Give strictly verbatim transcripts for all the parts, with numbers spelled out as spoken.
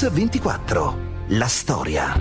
Mix ventiquattro. La storia.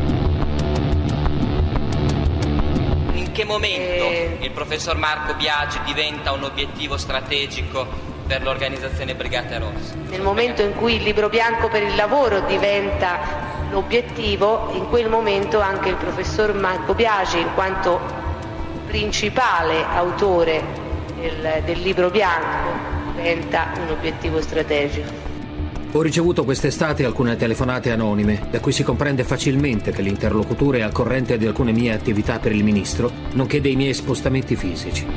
In che momento Eh. il professor Marco Biagi diventa un obiettivo strategico per l'organizzazione Brigate Rosse? Nel momento in cui il libro bianco per il lavoro diventa l'obiettivo, in quel momento anche il professor Marco Biagi, in quanto principale autore del, del libro bianco, diventa un obiettivo strategico. Ho ricevuto quest'estate alcune telefonate anonime, da cui si comprende facilmente che l'interlocutore è al corrente di alcune mie attività per il ministro, nonché dei miei spostamenti fisici.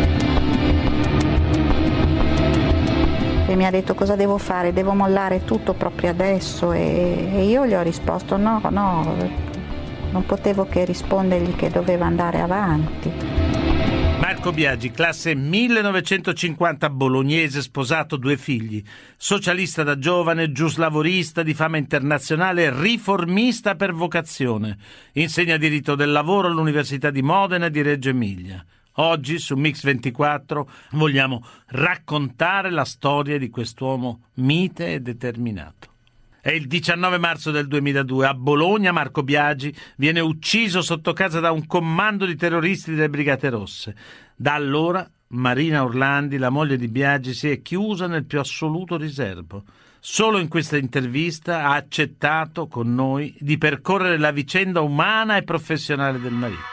E mi ha detto: cosa devo fare? Devo mollare tutto proprio adesso? E, e io gli ho risposto: no, no, non potevo che rispondergli che doveva andare avanti. Marco Biagi, classe millenovecentocinquanta, bolognese, sposato, due figli, socialista da giovane, giuslavorista di fama internazionale, riformista per vocazione, insegna diritto del lavoro all'Università di Modena e di Reggio Emilia. Oggi su Mix ventiquattro vogliamo raccontare la storia di quest'uomo mite e determinato. È il diciannove marzo del duemiladue. A Bologna Marco Biagi viene ucciso sotto casa da un commando di terroristi delle Brigate Rosse. Da allora Marina Orlandi, la moglie di Biagi, si è chiusa nel più assoluto riservo. Solo in questa intervista ha accettato con noi di percorrere la vicenda umana e professionale del marito.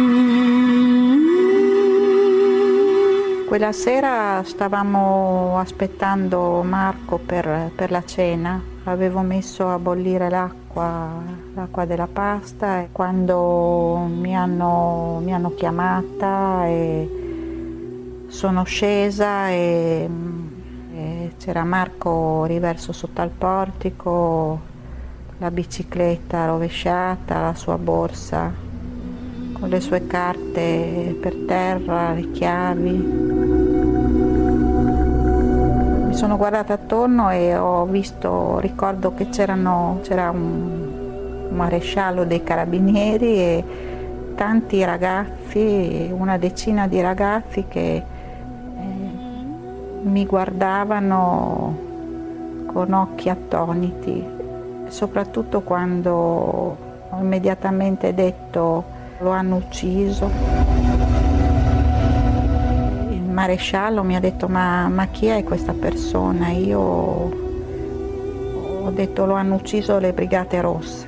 Quella sera stavamo aspettando Marco per, per la cena. Avevo messo a bollire l'acqua, l'acqua della pasta, e quando mi hanno, mi hanno chiamata e sono scesa e, e c'era Marco riverso sotto al portico, la bicicletta rovesciata, la sua borsa con le sue carte per terra, le chiavi. Mi sono guardata attorno e ho visto, ricordo che c'erano, c'era un, un maresciallo dei carabinieri e tanti ragazzi, una decina di ragazzi che eh, mi guardavano con occhi attoniti, soprattutto quando ho immediatamente detto: lo hanno ucciso. Il maresciallo mi ha detto: ma, ma chi è questa persona? Io ho detto: lo hanno ucciso le Brigate Rosse.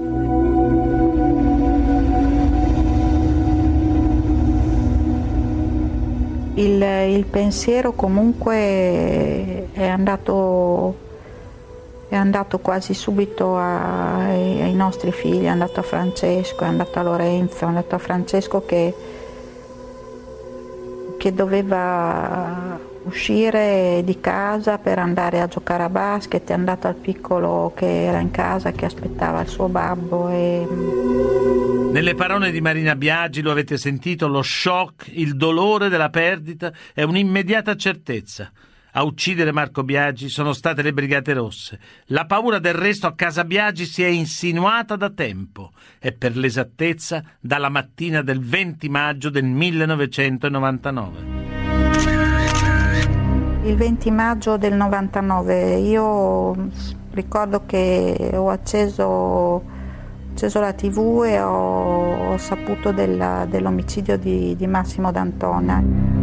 Il, il pensiero comunque è andato, è andato quasi subito a, ai, ai nostri figli, è andato a Francesco, è andato a Lorenzo, è andato a Francesco che, che doveva uscire di casa per andare a giocare a basket, è andato al piccolo che era in casa, che aspettava il suo babbo. E... Nelle parole di Marina Biagi, lo avete sentito, lo shock, il dolore della perdita è un'immediata certezza. A uccidere Marco Biagi sono state le Brigate Rosse. La paura del resto a casa Biagi si è insinuata da tempo e, per l'esattezza, dalla mattina del venti maggio del millenovecentonovantanove. Il venti maggio del novantanove io ricordo che ho acceso acceso la tivù e ho, ho saputo della, dell'omicidio di, di Massimo D'Antona.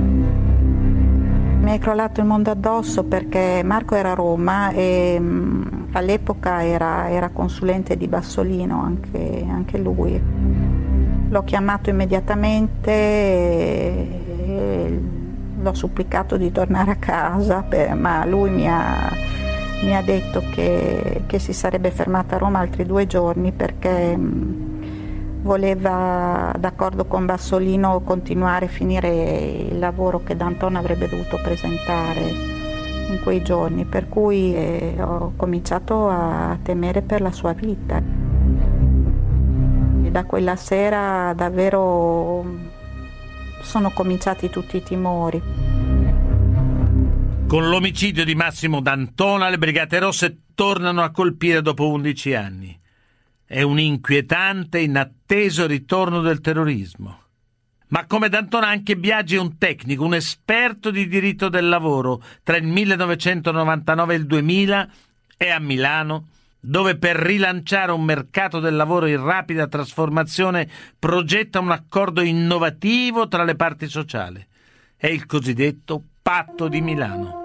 Mi è crollato il mondo addosso perché Marco era a Roma e mh, all'epoca era, era consulente di Bassolino anche, anche lui. L'ho chiamato immediatamente e, e l'ho supplicato di tornare a casa, per, ma lui mi ha... mi ha detto che, che si sarebbe fermata a Roma altri due giorni perché mh, voleva, d'accordo con Bassolino, continuare a finire il lavoro che D'Antona avrebbe dovuto presentare in quei giorni, per cui eh, ho cominciato a temere per la sua vita. E da quella sera davvero sono cominciati tutti i timori. Con l'omicidio di Massimo D'Antona, le Brigate Rosse tornano a colpire dopo undici anni. È un inquietante, inatteso ritorno del terrorismo. Ma come D'Antona anche Biagi è un tecnico, un esperto di diritto del lavoro. Tra il millenovecentonovantanove e il duemila è a Milano, dove per rilanciare un mercato del lavoro in rapida trasformazione progetta un accordo innovativo tra le parti sociali. È il cosiddetto Patto di Milano.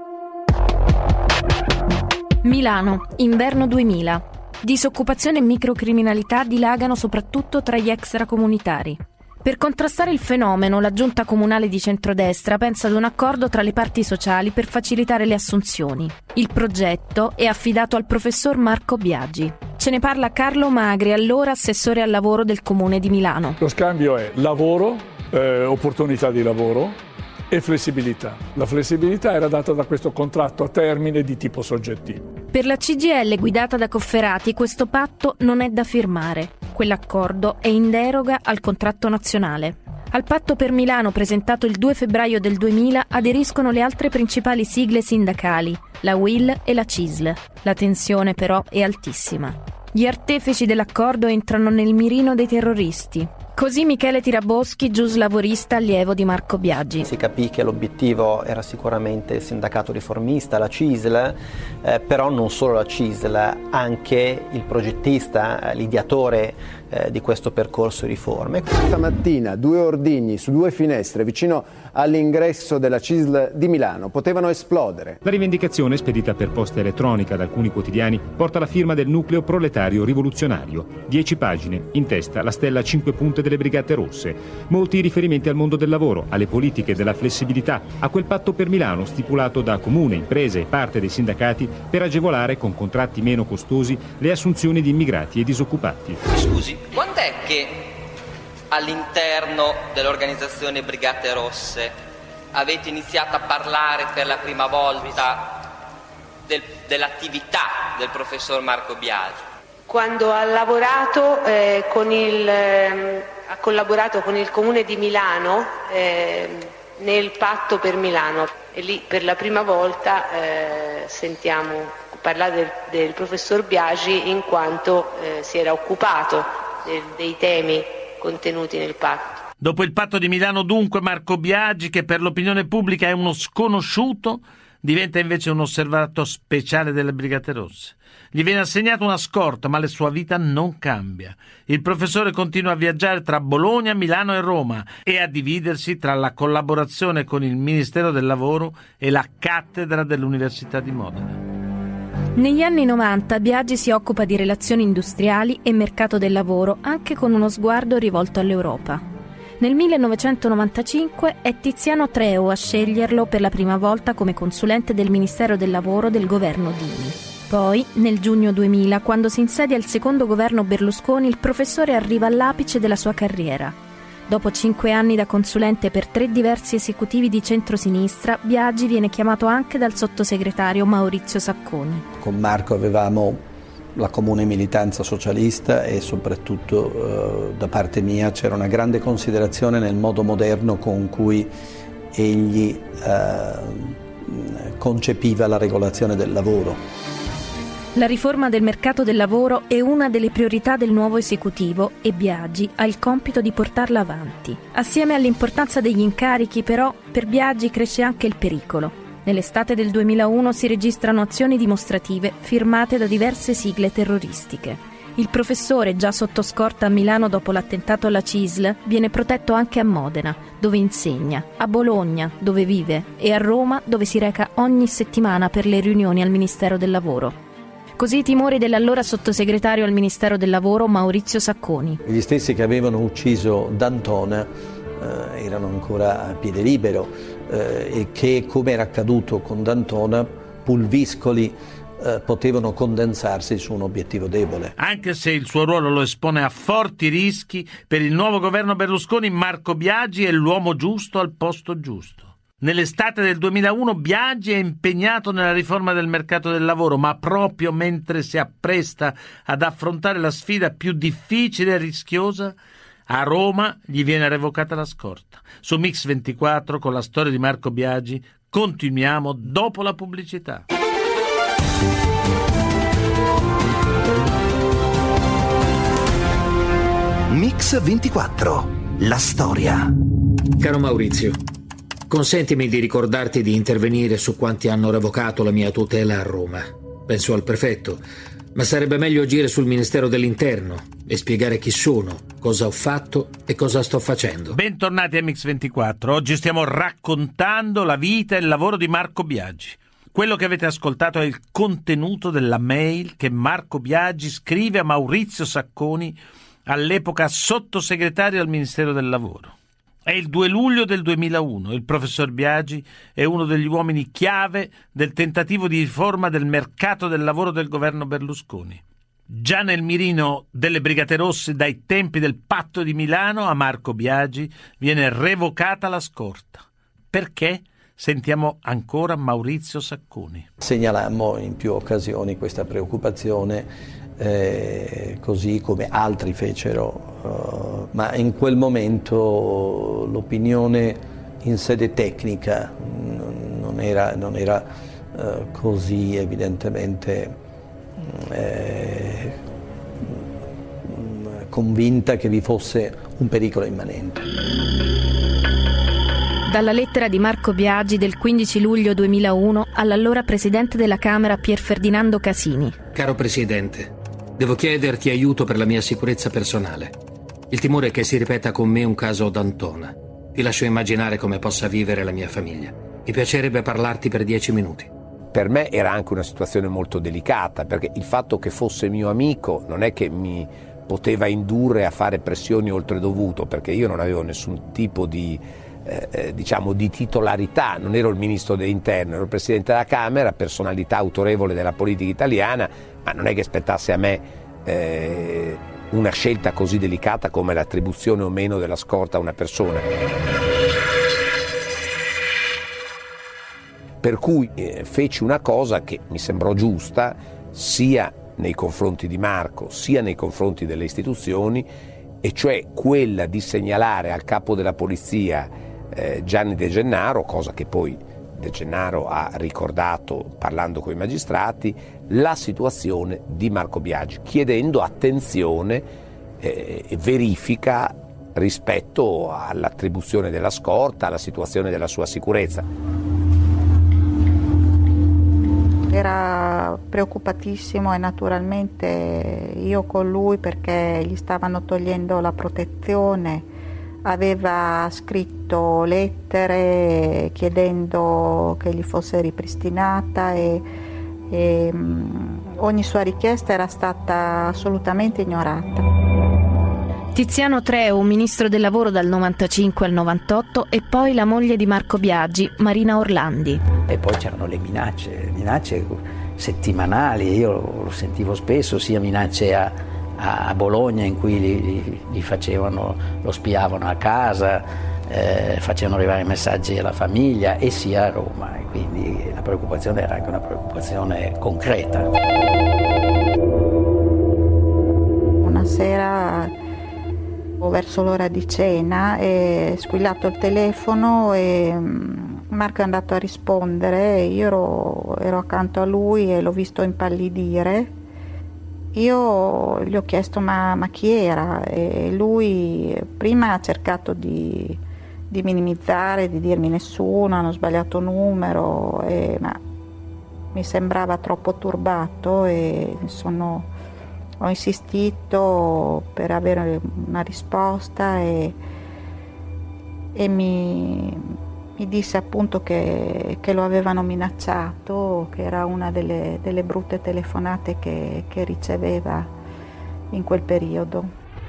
Milano, inverno duemila. Disoccupazione e microcriminalità dilagano soprattutto tra gli extracomunitari. Per contrastare il fenomeno, la giunta comunale di centrodestra pensa ad un accordo tra le parti sociali per facilitare le assunzioni. Il progetto è affidato al professor Marco Biagi. Ce ne parla Carlo Magri, allora assessore al lavoro del Comune di Milano. Lo scambio è lavoro, eh, opportunità di lavoro e flessibilità. La flessibilità era data da questo contratto a termine di tipo soggettivo. Per la C G I L guidata da Cofferati questo patto non è da firmare. Quell'accordo è in deroga al contratto nazionale. Al patto per Milano presentato il due febbraio del duemila aderiscono le altre principali sigle sindacali, la U I L e la C I S L. La tensione però è altissima. Gli artefici dell'accordo entrano nel mirino dei terroristi. Così Michele Tiraboschi, giuslavorista allievo di Marco Biagi. Si capì che l'obiettivo era sicuramente il sindacato riformista, la C I S L, eh, però non solo la C I S L, anche il progettista, l'ideatore eh, di questo percorso di riforme. Stamattina due ordigni su due finestre vicino all'ingresso della C I S L di Milano potevano esplodere. La rivendicazione, spedita per posta elettronica da alcuni quotidiani, porta la firma del nucleo proletario rivoluzionario. Dieci pagine, in testa la stella a cinque punte delle Brigate Rosse. Molti riferimenti al mondo del lavoro, alle politiche della flessibilità, a quel patto per Milano stipulato da comune, imprese e parte dei sindacati per agevolare con contratti meno costosi le assunzioni di immigrati e disoccupati. Scusi, quando è che all'interno dell'organizzazione Brigate Rosse avete iniziato a parlare per la prima volta del, dell'attività del professor Marco Biagi? Quando ha lavorato eh, con il, eh, ha collaborato con il Comune di Milano eh, nel Patto per Milano, e lì per la prima volta eh, sentiamo parlare del, del professor Biagi in quanto eh, si era occupato del, dei temi contenuti nel patto. Dopo il Patto di Milano, dunque, Marco Biagi, che per l'opinione pubblica è uno sconosciuto, diventa invece un osservato speciale delle Brigate Rosse. Gli viene assegnata una scorta, ma la sua vita non cambia. Il professore continua a viaggiare tra Bologna, Milano e Roma e a dividersi tra la collaborazione con il Ministero del Lavoro e la cattedra dell'Università di Modena. Negli anni novanta Biagi si occupa di relazioni industriali e mercato del lavoro, anche con uno sguardo rivolto all'Europa. Nel millenovecentonovantacinque è Tiziano Treu a sceglierlo per la prima volta come consulente del Ministero del Lavoro del governo Dini. Poi, nel giugno duemila, quando si insedia il secondo governo Berlusconi, il professore arriva all'apice della sua carriera. Dopo cinque anni da consulente per tre diversi esecutivi di centrosinistra, Biagi viene chiamato anche dal sottosegretario Maurizio Sacconi. Con Marco avevamo la comune militanza socialista e soprattutto eh, da parte mia c'era una grande considerazione nel modo moderno con cui egli eh, concepiva la regolazione del lavoro. La riforma del mercato del lavoro è una delle priorità del nuovo esecutivo e Biagi ha il compito di portarla avanti. Assieme all'importanza degli incarichi, però, per Biagi cresce anche il pericolo. Nell'estate del duemilauno si registrano azioni dimostrative firmate da diverse sigle terroristiche. Il professore, già sotto scorta a Milano dopo l'attentato alla C I S L, viene protetto anche a Modena, dove insegna, a Bologna, dove vive, e a Roma, dove si reca ogni settimana per le riunioni al Ministero del Lavoro. Così i timori dell'allora sottosegretario al Ministero del Lavoro Maurizio Sacconi. Gli stessi che avevano ucciso D'Antona eh, erano ancora a piede libero eh, e che, come era accaduto con D'Antona, pulviscoli eh, potevano condensarsi su un obiettivo debole. Anche se il suo ruolo lo espone a forti rischi, per il nuovo governo Berlusconi Marco Biagi è l'uomo giusto al posto giusto. Nell'estate del duemilauno Biagi è impegnato nella riforma del mercato del lavoro, ma proprio mentre si appresta ad affrontare la sfida più difficile e rischiosa, a Roma gli viene revocata la scorta. Su Mix ventiquattro, con la storia di Marco Biagi, continuiamo dopo la pubblicità. Mix ventiquattro, la storia. Caro Maurizio, consentimi di ricordarti di intervenire su quanti hanno revocato la mia tutela a Roma. Penso al prefetto, ma sarebbe meglio agire sul Ministero dell'Interno e spiegare chi sono, cosa ho fatto e cosa sto facendo. Bentornati a Mix ventiquattro. Oggi stiamo raccontando la vita e il lavoro di Marco Biagi. Quello che avete ascoltato è il contenuto della mail che Marco Biagi scrive a Maurizio Sacconi, all'epoca sottosegretario al Ministero del Lavoro. È il due luglio del duemilauno. Il professor Biagi è uno degli uomini chiave del tentativo di riforma del mercato del lavoro del governo Berlusconi. Già nel mirino delle Brigate Rosse dai tempi del patto di Milano, a Marco Biagi viene revocata la scorta. Perché? Sentiamo ancora Maurizio Sacconi. Segnalammo in più occasioni questa preoccupazione, eh, così come altri fecero, uh, ma in quel momento l'opinione in sede tecnica non era, non era uh, così evidentemente eh, convinta che vi fosse un pericolo immanente. Dalla lettera di Marco Biagi del quindici luglio duemilauno all'allora Presidente della Camera Pier Ferdinando Casini. Caro Presidente, devo chiederti aiuto per la mia sicurezza personale. Il timore è che si ripeta con me un caso D'Antona. Ti lascio immaginare come possa vivere la mia famiglia. Mi piacerebbe parlarti per dieci minuti. Per me era anche una situazione molto delicata, perché il fatto che fosse mio amico non è che mi poteva indurre a fare pressioni oltre dovuto, perché io non avevo nessun tipo di Eh, diciamo di titolarità, non ero il ministro dell'Interno, ero il presidente della Camera, personalità autorevole della politica italiana, ma non è che spettasse a me eh, una scelta così delicata come l'attribuzione o meno della scorta a una persona. Per cui eh, feci una cosa che mi sembrò giusta sia nei confronti di Marco sia nei confronti delle istituzioni, e cioè quella di segnalare al capo della polizia Eh, Gianni De Gennaro, cosa che poi De Gennaro ha ricordato parlando con i magistrati, la situazione di Marco Biagi, chiedendo attenzione e eh, verifica rispetto all'attribuzione della scorta, alla situazione della sua sicurezza. Era preoccupatissimo e naturalmente io con lui, perché gli stavano togliendo la protezione. Aveva scritto lettere chiedendo che gli fosse ripristinata e, e mh, ogni sua richiesta era stata assolutamente ignorata. Tiziano Treu, ministro del lavoro dal novantacinque al novantotto, e poi la moglie di Marco Biagi, Marina Orlandi. E poi c'erano le minacce, minacce settimanali, io lo sentivo spesso, sia minacce a a Bologna in cui gli, gli facevano, lo spiavano a casa, eh, facevano arrivare messaggi alla famiglia, e sia a Roma, e quindi la preoccupazione era anche una preoccupazione concreta. Una sera, verso l'ora di cena, è squillato il telefono e Marco è andato a rispondere. Io ero, ero accanto a lui e l'ho visto impallidire. Io gli ho chiesto ma, ma chi era, e lui prima ha cercato di, di minimizzare, di dirmi nessuno, hanno sbagliato numero, e, ma mi sembrava troppo turbato e sono, ho insistito per avere una risposta e, e mi... Mi disse appunto che, che lo avevano minacciato, che era una delle, delle brutte telefonate che, che riceveva in quel periodo.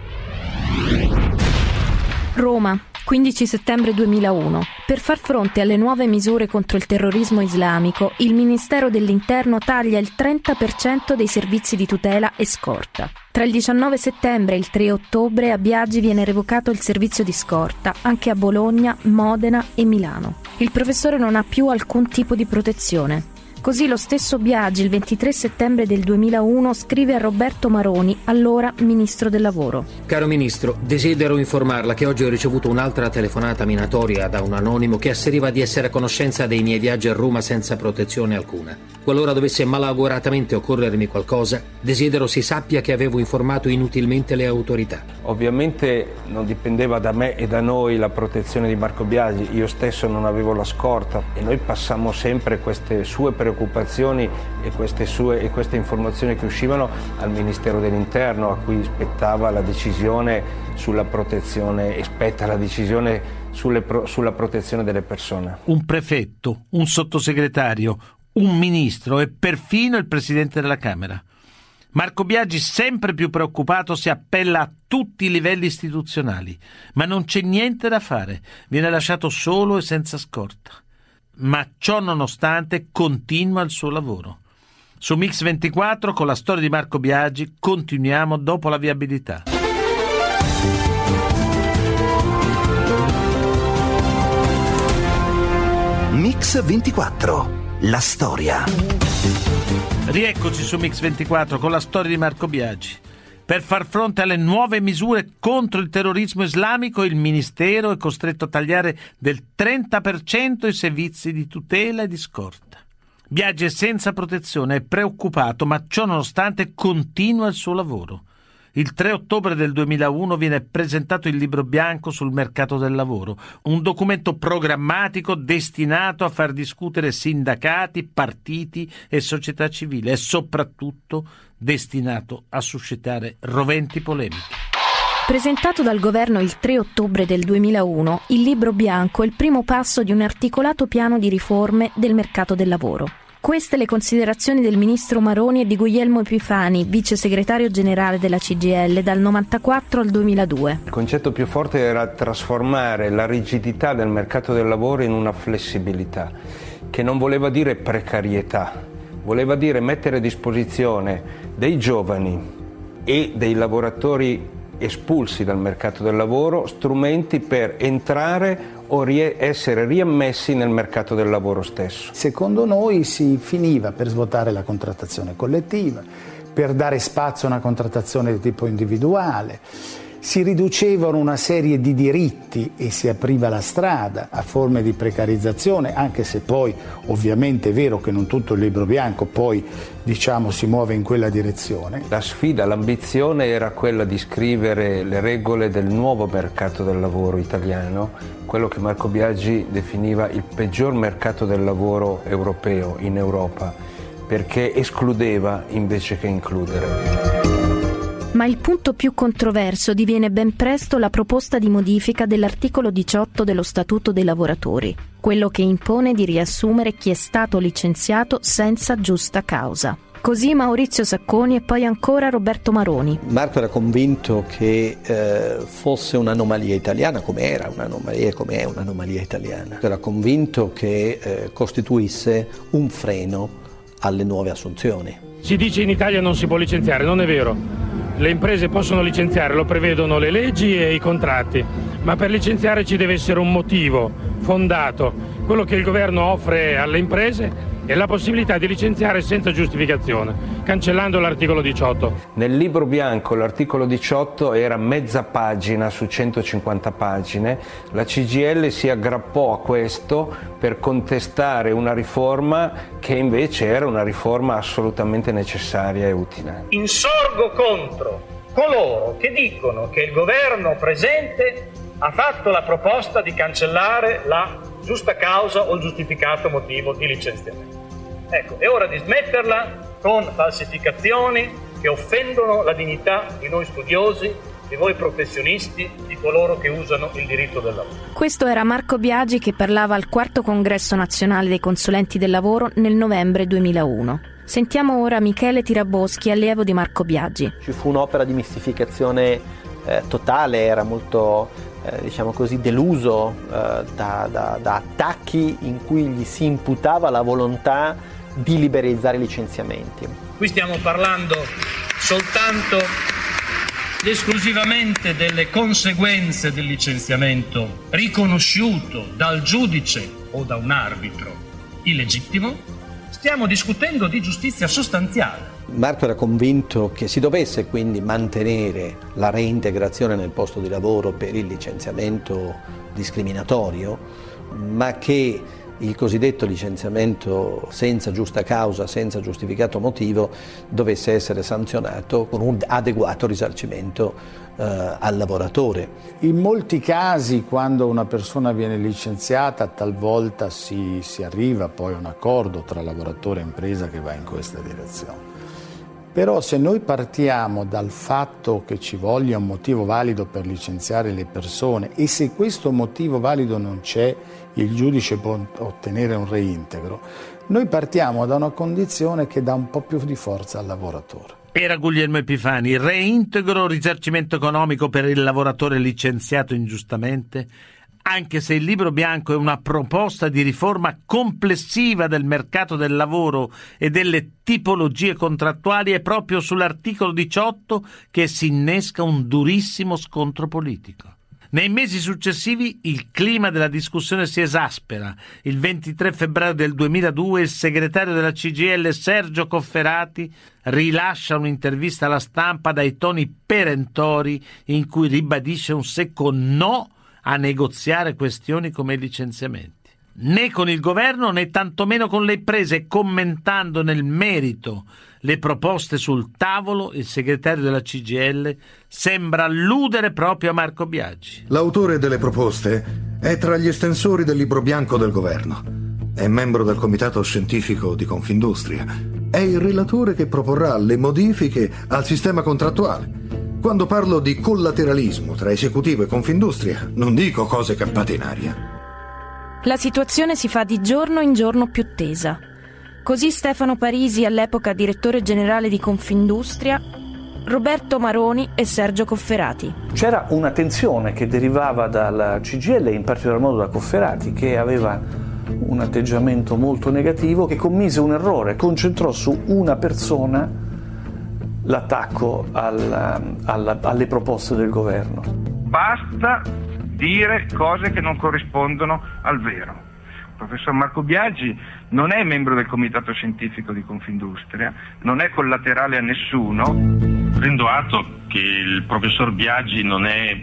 Roma, quindici settembre duemilauno. Per far fronte alle nuove misure contro il terrorismo islamico, il Ministero dell'Interno taglia il trenta per cento dei servizi di tutela e scorta. Tra il diciannove settembre e il tre ottobre a Biagi viene revocato il servizio di scorta, anche a Bologna, Modena e Milano. Il professore non ha più alcun tipo di protezione. Così lo stesso Biagi, il ventitré settembre del duemilauno, scrive a Roberto Maroni, allora Ministro del Lavoro. Caro Ministro, desidero informarla che oggi ho ricevuto un'altra telefonata minatoria da un anonimo che asseriva di essere a conoscenza dei miei viaggi a Roma senza protezione alcuna. Qualora dovesse malauguratamente occorrermi qualcosa, desidero si sappia che avevo informato inutilmente le autorità. Ovviamente non dipendeva da me e da noi la protezione di Marco Biagi, io stesso non avevo la scorta e noi passammo sempre queste sue preoccupazioni preoccupazioni e queste, sue, e queste informazioni che uscivano al Ministero dell'Interno, a cui spettava la decisione sulla protezione e spetta la decisione sulle, sulla protezione delle persone. Un prefetto, un sottosegretario, un ministro e perfino il presidente della Camera. Marco Biagi, sempre più preoccupato, si appella a tutti i livelli istituzionali, ma non c'è niente da fare, viene lasciato solo e senza scorta. Ma ciò nonostante continua il suo lavoro. Su Mix ventiquattro, con la storia di Marco Biagi, continuiamo dopo la viabilità. Mix ventiquattro, la storia. Rieccoci su Mix ventiquattro con la storia di Marco Biagi. Per far fronte alle nuove misure contro il terrorismo islamico, il Ministero è costretto a tagliare del trenta per cento i servizi di tutela e di scorta. Biagi è senza protezione, è preoccupato, ma ciò nonostante continua il suo lavoro. Il tre ottobre del duemilauno viene presentato il Libro Bianco sul mercato del lavoro, un documento programmatico destinato a far discutere sindacati, partiti e società civile e soprattutto destinato a suscitare roventi polemiche. Presentato dal governo il tre ottobre del duemilauno, il Libro Bianco è il primo passo di un articolato piano di riforme del mercato del lavoro. Queste le considerazioni del ministro Maroni e di Guglielmo Epifani, vice segretario generale della C G I L dal novantaquattro al duemiladue. Il concetto più forte era trasformare la rigidità del mercato del lavoro in una flessibilità, che non voleva dire precarietà, voleva dire mettere a disposizione dei giovani e dei lavoratori espulsi dal mercato del lavoro strumenti per entrare o rie- essere riammessi nel mercato del lavoro stesso. Secondo noi si finiva per svuotare la contrattazione collettiva, per dare spazio a una contrattazione di tipo individuale, si riducevano una serie di diritti e si apriva la strada a forme di precarizzazione, anche se poi ovviamente è vero che non tutto il Libro Bianco poi diciamo si muove in quella direzione. La sfida, l'ambizione era quella di scrivere le regole del nuovo mercato del lavoro italiano, quello che Marco Biagi definiva il peggior mercato del lavoro europeo in Europa, perché escludeva invece che includere. Ma il punto più controverso diviene ben presto la proposta di modifica dell'articolo diciotto dello Statuto dei lavoratori, quello che impone di riassumere chi è stato licenziato senza giusta causa. Così Maurizio Sacconi e poi ancora Roberto Maroni. Marco era convinto che eh, fosse un'anomalia italiana, come era un'anomalia e come è un'anomalia italiana. Era convinto che eh, costituisse un freno alle nuove assunzioni. Si dice in Italia non si può licenziare, non è vero. Le imprese possono licenziare, lo prevedono le leggi e i contratti, ma per licenziare ci deve essere un motivo fondato. Quello che il governo offre alle imprese è la possibilità di licenziare senza giustificazione, cancellando l'articolo diciotto. Nel Libro Bianco l'articolo diciotto era mezza pagina su centocinquanta pagine, la C G I L si aggrappò a questo per contestare una riforma che invece era una riforma assolutamente necessaria e utile. Insorgo contro coloro che dicono che il governo presente ha fatto la proposta di cancellare la giusta causa o il giustificato motivo di licenziamento. Ecco, è ora di smetterla con falsificazioni che offendono la dignità di noi studiosi, di voi professionisti, di coloro che usano il diritto del lavoro. Questo era Marco Biagi che parlava al quarto congresso nazionale dei consulenti del lavoro nel novembre duemilauno. Sentiamo ora Michele Tiraboschi, allievo di Marco Biagi. Ci fu un'opera di mistificazione eh, totale, era molto eh, diciamo così deluso eh, da, da, da attacchi in cui gli si imputava la volontà di liberalizzare i licenziamenti. Qui stiamo parlando soltanto ed esclusivamente delle conseguenze del licenziamento riconosciuto dal giudice o da un arbitro illegittimo. Stiamo discutendo di giustizia sostanziale. Marco era convinto che si dovesse quindi mantenere la reintegrazione nel posto di lavoro per il licenziamento discriminatorio, ma che il cosiddetto licenziamento senza giusta causa, senza giustificato motivo, dovesse essere sanzionato con un adeguato risarcimento eh, al lavoratore. In molti casi, quando una persona viene licenziata, talvolta si, si arriva poi a un accordo tra lavoratore e impresa che va in questa direzione. Però se noi partiamo dal fatto che ci voglia un motivo valido per licenziare le persone e se questo motivo valido non c'è, il giudice può ottenere un reintegro, noi partiamo da una condizione che dà un po' più di forza al lavoratore. Era Guglielmo Epifani. Reintegro, risarcimento economico per il lavoratore licenziato ingiustamente? Anche se il libro bianco è una proposta di riforma complessiva del mercato del lavoro e delle tipologie contrattuali, è proprio sull'articolo diciotto che si innesca un durissimo scontro politico. Nei mesi successivi il clima della discussione si esaspera. Il ventitré febbraio del duemiladue il segretario della C G I L Sergio Cofferati rilascia un'intervista alla stampa dai toni perentori in cui ribadisce un secco no a negoziare questioni come i licenziamenti. Né con il governo né tantomeno con le imprese. Commentando nel merito le proposte sul tavolo, il segretario della C G I L sembra alludere proprio a Marco Biagi. L'autore delle proposte è tra gli estensori del libro bianco del governo. È membro del comitato scientifico di Confindustria. È il relatore che proporrà le modifiche al sistema contrattuale. Quando parlo di collateralismo tra esecutivo e Confindustria, non dico cose campate in aria. La situazione si fa di giorno in giorno più tesa. Così Stefano Parisi, all'epoca direttore generale di Confindustria, Roberto Maroni e Sergio Cofferati. C'era una tensione che derivava dalla C G I L e in particolar modo da Cofferati, che aveva un atteggiamento molto negativo, che commise un errore, concentrò su una persona l'attacco alla, alla, alle proposte del governo. Basta dire cose che non corrispondono al vero. Il professor Marco Biagi non è membro del comitato scientifico di Confindustria, non è collaterale a nessuno. Prendo atto che il professor Biagi non è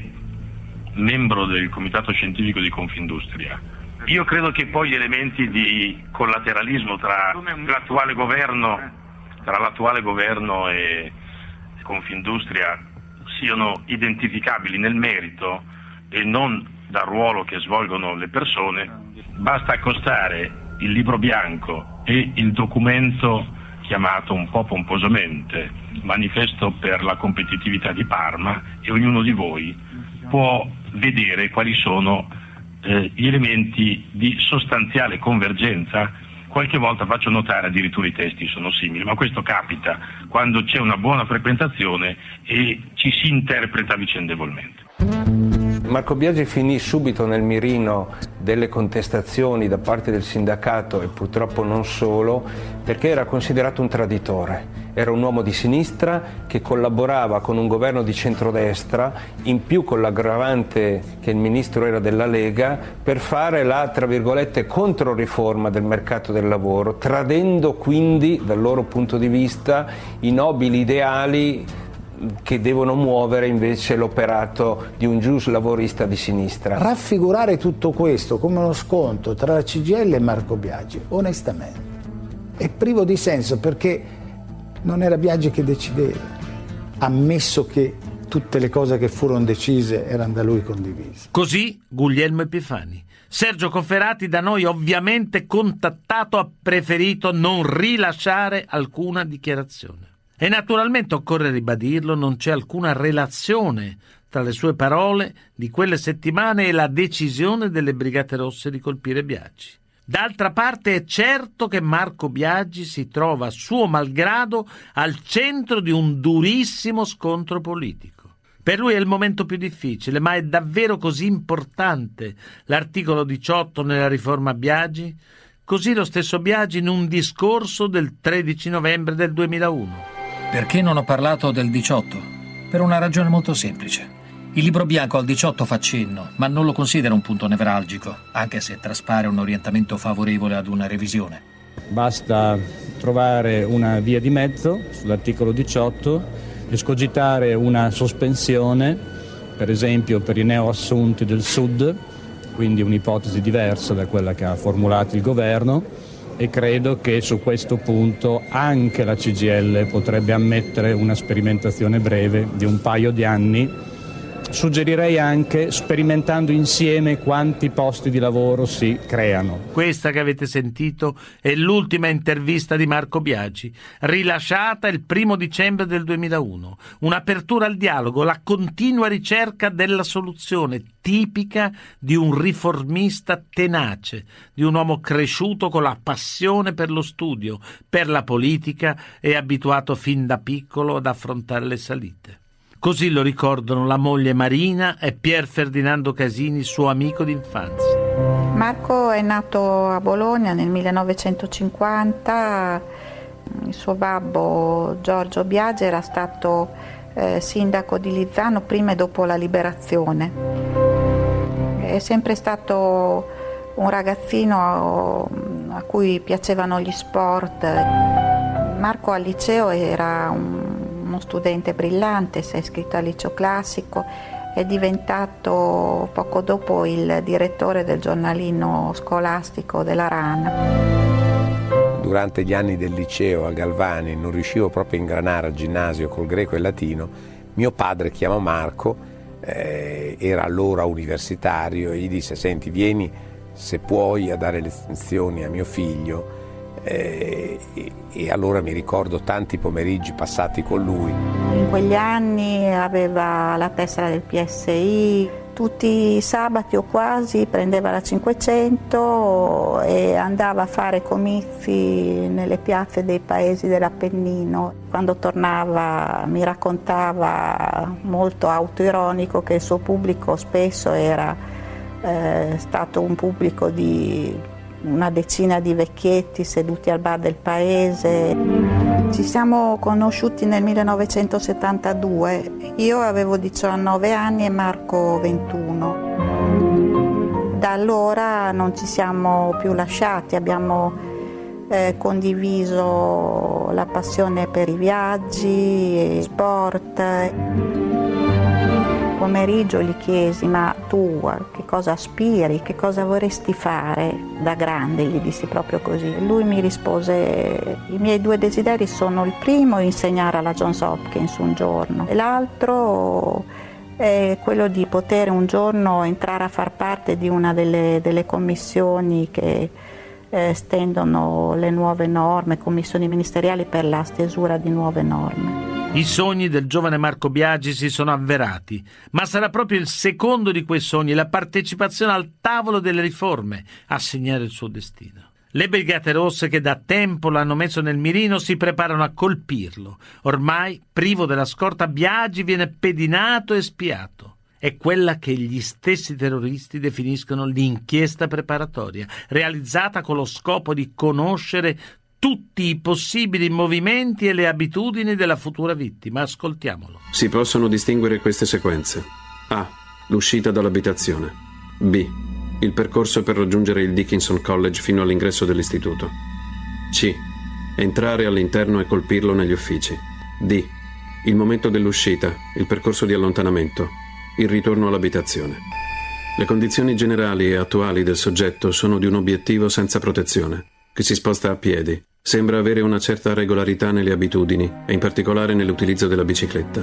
membro del comitato scientifico di Confindustria. Io credo che poi gli elementi di collateralismo tra l'attuale governo tra l'attuale governo e Confindustria siano identificabili nel merito e non dal ruolo che svolgono le persone. Basta accostare il libro bianco e il documento chiamato un po' pomposamente Manifesto per la competitività di Parma e ognuno di voi può vedere quali sono eh, gli elementi di sostanziale convergenza. Qualche volta faccio notare addirittura i testi sono simili, ma questo capita quando c'è una buona frequentazione e ci si interpreta vicendevolmente. Marco Biagi finì subito nel mirino delle contestazioni da parte del sindacato e purtroppo non solo, perché era considerato un traditore. Era un uomo di sinistra che collaborava con un governo di centrodestra, in più con l'aggravante che il ministro era della Lega, per fare la, tra virgolette, controriforma del mercato del lavoro, tradendo quindi, dal loro punto di vista, i nobili ideali che devono muovere invece l'operato di un gius lavorista di sinistra. Raffigurare tutto questo come uno scontro tra la C G I L e Marco Biagi, onestamente, è privo di senso, perché non era Biagi che decideva, ammesso che tutte le cose che furono decise erano da lui condivise. Così Guglielmo Epifani. Sergio Cofferati, da noi ovviamente contattato, ha preferito non rilasciare alcuna dichiarazione. E naturalmente, occorre ribadirlo, non c'è alcuna relazione tra le sue parole di quelle settimane e la decisione delle Brigate Rosse di colpire Biagi. D'altra parte è certo che Marco Biagi si trova, suo malgrado, al centro di un durissimo scontro politico. Per lui è il momento più difficile, ma è davvero così importante l'articolo diciotto nella riforma Biagi? Così lo stesso Biagi in un discorso del tredici novembre del duemilauno. Perché non ho parlato del diciotto? Per una ragione molto semplice. Il libro bianco al diciotto fa cenno, ma non lo considera un punto nevralgico, anche se traspare un orientamento favorevole ad una revisione. Basta trovare una via di mezzo sull'articolo diciotto, escogitare una sospensione, per esempio per i neoassunti del Sud, quindi un'ipotesi diversa da quella che ha formulato il governo, e credo che su questo punto anche la C G I L potrebbe ammettere una sperimentazione breve di un paio di anni. Suggerirei anche sperimentando insieme quanti posti di lavoro si creano. Questa che avete sentito è l'ultima intervista di Marco Biagi, rilasciata il primo dicembre del duemilauno. Un'apertura al dialogo, la continua ricerca della soluzione, tipica di un riformista tenace, di un uomo cresciuto con la passione per lo studio, per la politica e abituato fin da piccolo ad affrontare le salite. Così lo ricordano la moglie Marina e Pier Ferdinando Casini, suo amico d'infanzia. Marco è nato a Bologna nel millenovecentocinquanta, il suo babbo Giorgio Biagi era stato eh, sindaco di Lizzano prima e dopo la liberazione. È sempre stato un ragazzino a cui piacevano gli sport. Marco al liceo era un uno studente brillante, si è iscritto al liceo classico, è diventato poco dopo il direttore del giornalino scolastico della Rana. Durante gli anni del liceo a Galvani non riuscivo proprio a ingranare al ginnasio col greco e il latino. Mio padre chiamò Marco, eh, era allora universitario, e gli disse: senti, vieni se puoi a dare lezioni a mio figlio. E, e allora mi ricordo tanti pomeriggi passati con lui. In quegli anni aveva la tessera del P S I, tutti i sabati o quasi prendeva la cinquecento e andava a fare comizi nelle piazze dei paesi dell'Appennino. Quando tornava mi raccontava, molto autoironico, che il suo pubblico spesso era eh, stato un pubblico di una decina di vecchietti seduti al bar del paese. Ci siamo conosciuti nel millenovecentosettantadue, io avevo diciannove anni e Marco ventuno. Da allora non ci siamo più lasciati, abbiamo eh, condiviso la passione per i viaggi, sport. Pomeriggio gli chiesi: ma tu a che cosa aspiri, che cosa vorresti fare da grande? Gli dissi proprio così. Lui mi rispose: i miei due desideri sono il primo, insegnare alla Johns Hopkins un giorno, e l'altro è quello di poter un giorno entrare a far parte di una delle, delle commissioni che eh, stendono le nuove norme, commissioni ministeriali per la stesura di nuove norme. I sogni del giovane Marco Biagi si sono avverati, ma sarà proprio il secondo di quei sogni, la partecipazione al tavolo delle riforme, a segnare il suo destino. Le Brigate Rosse, che da tempo l'hanno messo nel mirino, si preparano a colpirlo. Ormai, privo della scorta, Biagi viene pedinato e spiato. È quella che gli stessi terroristi definiscono l'inchiesta preparatoria, realizzata con lo scopo di conoscere tutti i possibili movimenti e le abitudini della futura vittima. Ascoltiamolo. Si possono distinguere queste sequenze: A. L'uscita dall'abitazione. B. Il percorso per raggiungere il Dickinson College fino all'ingresso dell'istituto. C. Entrare all'interno e colpirlo negli uffici. D. Il momento dell'uscita, il percorso di allontanamento, il ritorno all'abitazione. Le condizioni generali e attuali del soggetto sono di un obiettivo senza protezione, che si sposta a piedi, sembra avere una certa regolarità nelle abitudini e in particolare nell'utilizzo della bicicletta.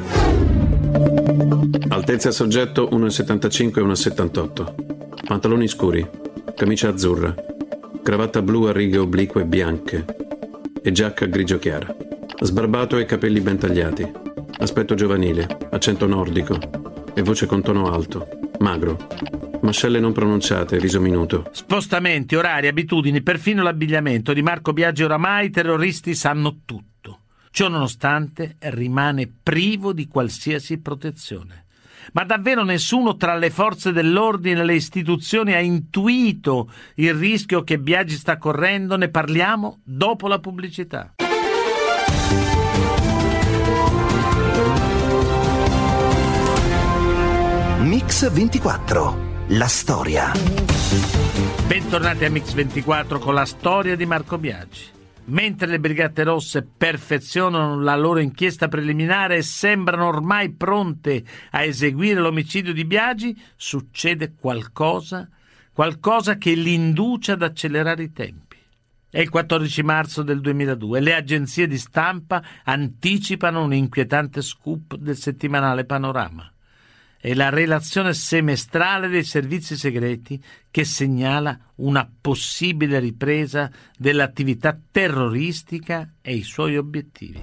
Altezza soggetto uno virgola settantacinque e uno virgola settantotto. Pantaloni scuri, camicia azzurra, cravatta blu a righe oblique bianche e giacca grigio chiara. Sbarbato e capelli ben tagliati. Aspetto giovanile, accento nordico e voce con tono alto, magro. Mascelle non pronunciate, viso minuto. Spostamenti, orari, abitudini, perfino l'abbigliamento di Marco Biagi oramai i terroristi sanno tutto. Ciò nonostante rimane privo di qualsiasi protezione. Ma davvero nessuno tra le forze dell'ordine e le istituzioni ha intuito il rischio che Biagi sta correndo? Ne parliamo dopo la pubblicità. Mix ventiquattro. La storia. Bentornati a Mix ventiquattro con la storia di Marco Biagi. Mentre le Brigate Rosse perfezionano la loro inchiesta preliminare e sembrano ormai pronte a eseguire l'omicidio di Biagi, succede qualcosa qualcosa che li induce ad accelerare i tempi. È il quattordici marzo del duemiladue, le agenzie di stampa anticipano un inquietante scoop del settimanale Panorama. È la relazione semestrale dei servizi segreti che segnala una possibile ripresa dell'attività terroristica e i suoi obiettivi.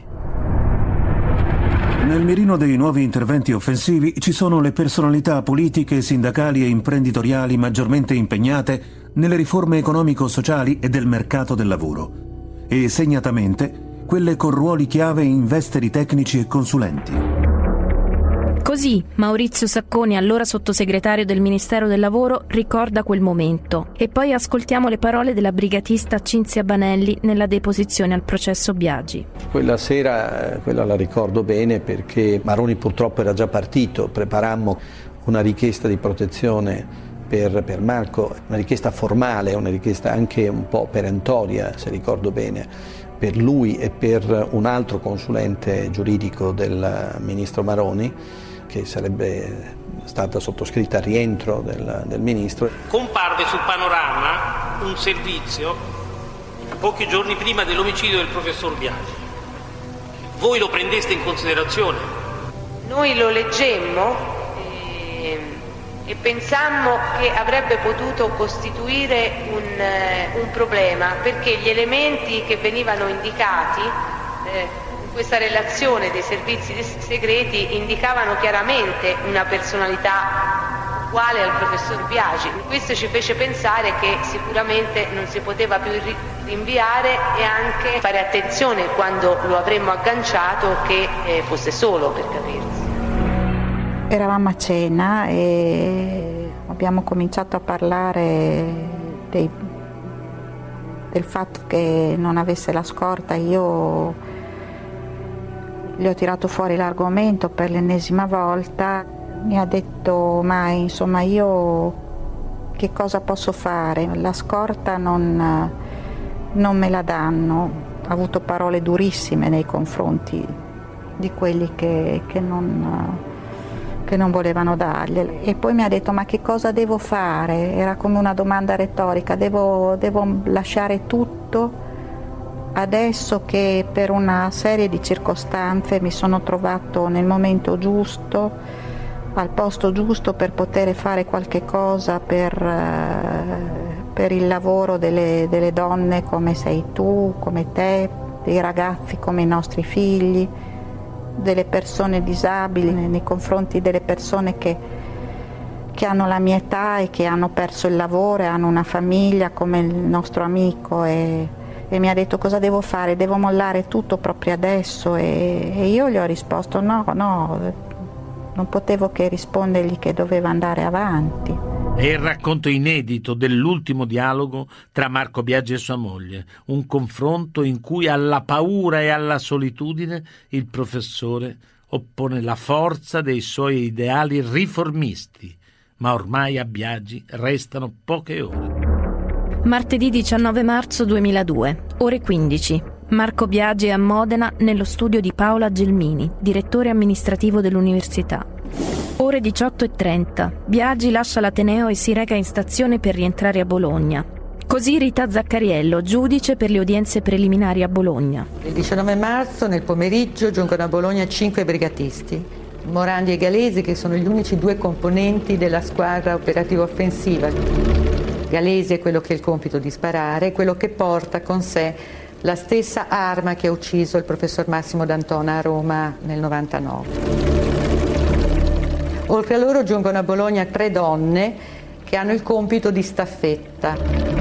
Nel mirino dei nuovi interventi offensivi ci sono le personalità politiche, sindacali e imprenditoriali maggiormente impegnate nelle riforme economico-sociali e del mercato del lavoro, e segnatamente quelle con ruoli chiave in veste di tecnici e consulenti. Così Maurizio Sacconi, allora sottosegretario del Ministero del Lavoro, ricorda quel momento. E poi ascoltiamo le parole della brigatista Cinzia Banelli nella deposizione al processo Biagi. Quella sera, quella la ricordo bene perché Maroni purtroppo era già partito, preparammo una richiesta di protezione per, per Marco, una richiesta formale, una richiesta anche un po' perentoria, se ricordo bene, per lui e per un altro consulente giuridico del ministro Maroni, che sarebbe stata sottoscritta a rientro del, del ministro. Comparve sul Panorama un servizio pochi giorni prima dell'omicidio del professor Biagi. Voi lo prendeste in considerazione? Noi lo leggemmo e, e pensammo che avrebbe potuto costituire un, un problema, perché gli elementi che venivano indicati eh, questa relazione dei servizi segreti indicavano chiaramente una personalità uguale al professor Biagi. Questo ci fece pensare che sicuramente non si poteva più rinviare e anche fare attenzione quando lo avremmo agganciato che eh, fosse solo, per capirsi. Eravamo a cena e abbiamo cominciato a parlare dei, del fatto che non avesse la scorta. Io gli ho tirato fuori l'argomento per l'ennesima volta, mi ha detto ma insomma io che cosa posso fare, la scorta non, non me la danno, ha avuto parole durissime nei confronti di quelli che, che, non, che non volevano dargliele, e poi mi ha detto ma che cosa devo fare, era come una domanda retorica, devo, devo lasciare tutto adesso che per una serie di circostanze mi sono trovato nel momento giusto, al posto giusto per poter fare qualche cosa per, per il lavoro delle, delle donne come sei tu, come te, dei ragazzi come i nostri figli, delle persone disabili, nei confronti delle persone che, che hanno la mia età e che hanno perso il lavoro e hanno una famiglia come il nostro amico. E, E mi ha detto cosa devo fare, devo mollare tutto proprio adesso, e, e io gli ho risposto no, no, non potevo che rispondergli che doveva andare avanti. È il racconto inedito dell'ultimo dialogo tra Marco Biagi e sua moglie, un confronto in cui alla paura e alla solitudine il professore oppone la forza dei suoi ideali riformisti, ma ormai a Biagi restano poche ore. Martedì diciannove marzo duemiladue, ore quindici. Marco Biagi è a Modena nello studio di Paola Gelmini, direttore amministrativo dell'università. Ore diciotto e trenta. Biagi lascia l'Ateneo e si reca in stazione per rientrare a Bologna. Così Rita Zaccariello, giudice per le udienze preliminari a Bologna. Il diciannove marzo, nel pomeriggio, giungono a Bologna cinque brigatisti, Morandi e Galesi, che sono gli unici due componenti della squadra operativa offensiva. Galesi è quello che ha il compito di sparare, quello che porta con sé la stessa arma che ha ucciso il professor Massimo D'Antona a Roma nel novantanove. Oltre a loro giungono a Bologna tre donne che hanno il compito di staffetta,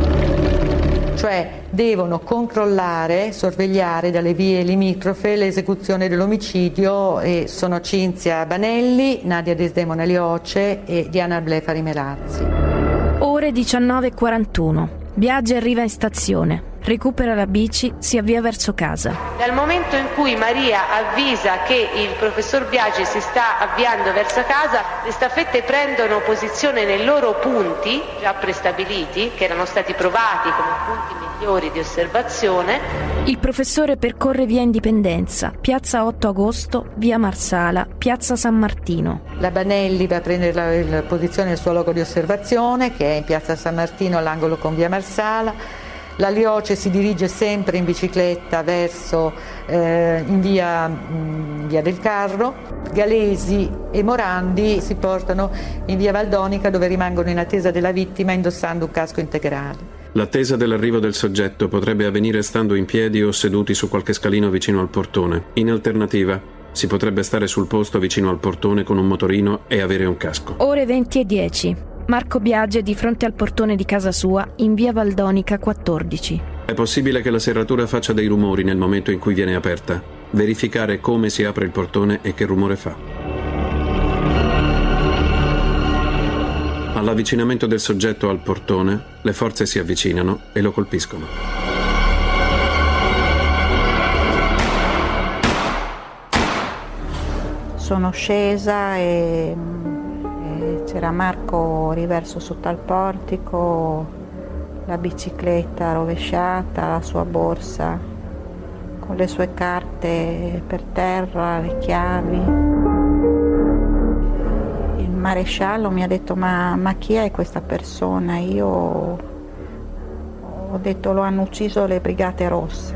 cioè devono controllare, sorvegliare dalle vie limitrofe l'esecuzione dell'omicidio, e sono Cinzia Banelli, Nadia Desdemona Lioce e Diana Blefari Melazzi. Ore diciannove e quarantuno. Biagi arriva in stazione. recupera la bici, si avvia verso casa. Dal momento in cui Maria avvisa che il professor Biagi si sta avviando verso casa, le staffette prendono posizione nei loro punti già prestabiliti, che erano stati provati come punti migliori di osservazione. Il professore percorre via Indipendenza, piazza otto agosto, via Marsala, piazza San Martino. La Banelli va a prendere la, la posizione nel suo luogo di osservazione, che è in piazza San Martino all'angolo con via Marsala. La Lioce si dirige sempre in bicicletta verso eh, in via, mh, via del Carro. Galesi e Morandi si portano in via Valdonica, dove rimangono in attesa della vittima indossando un casco integrale. L'attesa dell'arrivo del soggetto potrebbe avvenire stando in piedi o seduti su qualche scalino vicino al portone. In alternativa, si potrebbe stare sul posto vicino al portone con un motorino e avere un casco. Ore venti e dieci. Marco Biagi è di fronte al portone di casa sua in via Valdonica quattordici. È possibile che la serratura faccia dei rumori nel momento in cui viene aperta. Verificare come si apre il portone e che rumore fa. All'avvicinamento del soggetto al portone, le forze si avvicinano e lo colpiscono. Sono scesa e, e c'era Marco riverso sotto al portico, la bicicletta rovesciata, la sua borsa con le sue carte per terra, le chiavi. Il maresciallo mi ha detto ma, ma chi è questa persona? Io ho detto lo hanno ucciso le Brigate Rosse.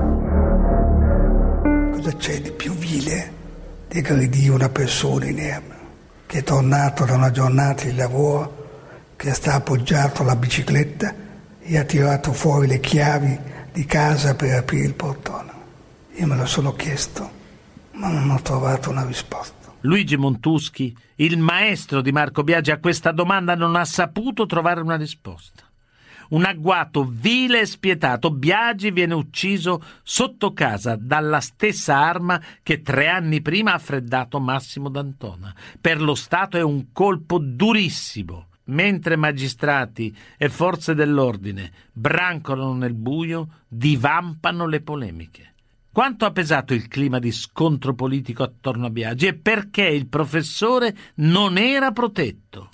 Cosa c'è di più vile di aggredire una persona inerme che è tornato da una giornata di lavoro, che sta appoggiato alla bicicletta e ha tirato fuori le chiavi di casa per aprire il portone? Io me lo sono chiesto, ma non ho trovato una risposta. Luigi Montuschi, il maestro di Marco Biagi, a questa domanda non ha saputo trovare una risposta. Un agguato vile e spietato. Biagi viene ucciso sotto casa dalla stessa arma che tre anni prima ha freddato Massimo D'Antona. Per lo Stato è un colpo durissimo. Mentre magistrati e forze dell'ordine brancolano nel buio, divampano le polemiche. Quanto ha pesato il clima di scontro politico attorno a Biagi e perché il professore non era protetto?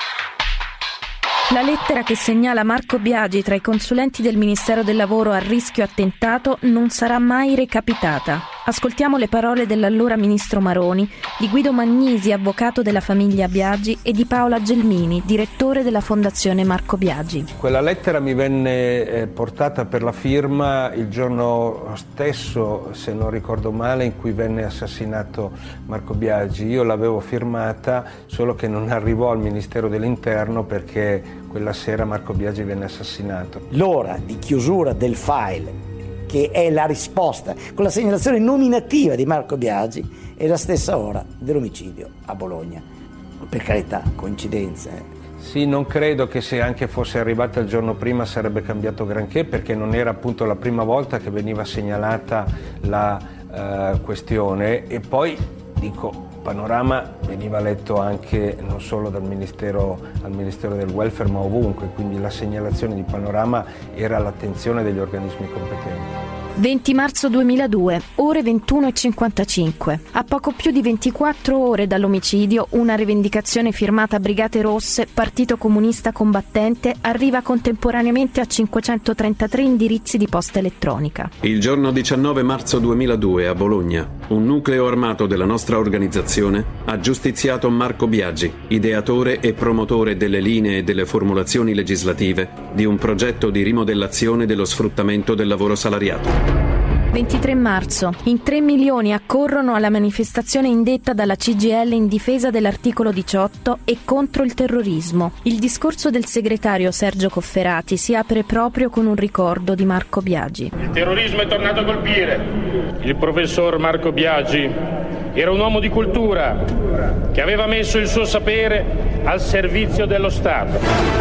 La lettera che segnala Marco Biagi tra i consulenti del Ministero del Lavoro a rischio attentato non sarà mai recapitata. Ascoltiamo le parole dell'allora ministro Maroni, di Guido Magnisi, avvocato della famiglia Biagi, e di Paola Gelmini, direttore della Fondazione Marco Biagi. Quella lettera mi venne eh, portata per la firma il giorno stesso, se non ricordo male, in cui venne assassinato Marco Biagi. Io l'avevo firmata, solo che non arrivò al Ministero dell'Interno perché quella sera Marco Biagi venne assassinato. L'ora di chiusura del file, che è la risposta con la segnalazione nominativa di Marco Biagi, è la stessa ora dell'omicidio a Bologna. Per carità, coincidenze. Sì, non credo che se anche fosse arrivata il giorno prima sarebbe cambiato granché, perché non era appunto la prima volta che veniva segnalata la uh, questione. E poi, dico, Panorama veniva letto anche non solo dal Ministero, al Ministero del Welfare, ma ovunque, quindi la segnalazione di Panorama era all'attenzione degli organismi competenti. venti marzo duemiladue, ore ventuno e cinquantacinque. A poco più di ventiquattro ore dall'omicidio, una rivendicazione firmata Brigate Rosse, Partito Comunista Combattente, arriva contemporaneamente a cinquecentotrentatré indirizzi di posta elettronica. Il giorno diciannove marzo duemiladue, a Bologna, un nucleo armato della nostra organizzazione ha giustiziato Marco Biagi, ideatore e promotore delle linee e delle formulazioni legislative di un progetto di rimodellazione dello sfruttamento del lavoro salariato. ventitré marzo. In tre milioni accorrono alla manifestazione indetta dalla C G I L in difesa dell'articolo diciotto e contro il terrorismo. Il discorso del segretario Sergio Cofferati si apre proprio con un ricordo di Marco Biagi. Il terrorismo è tornato a colpire. Il professor Marco Biagi era un uomo di cultura che aveva messo il suo sapere al servizio dello Stato.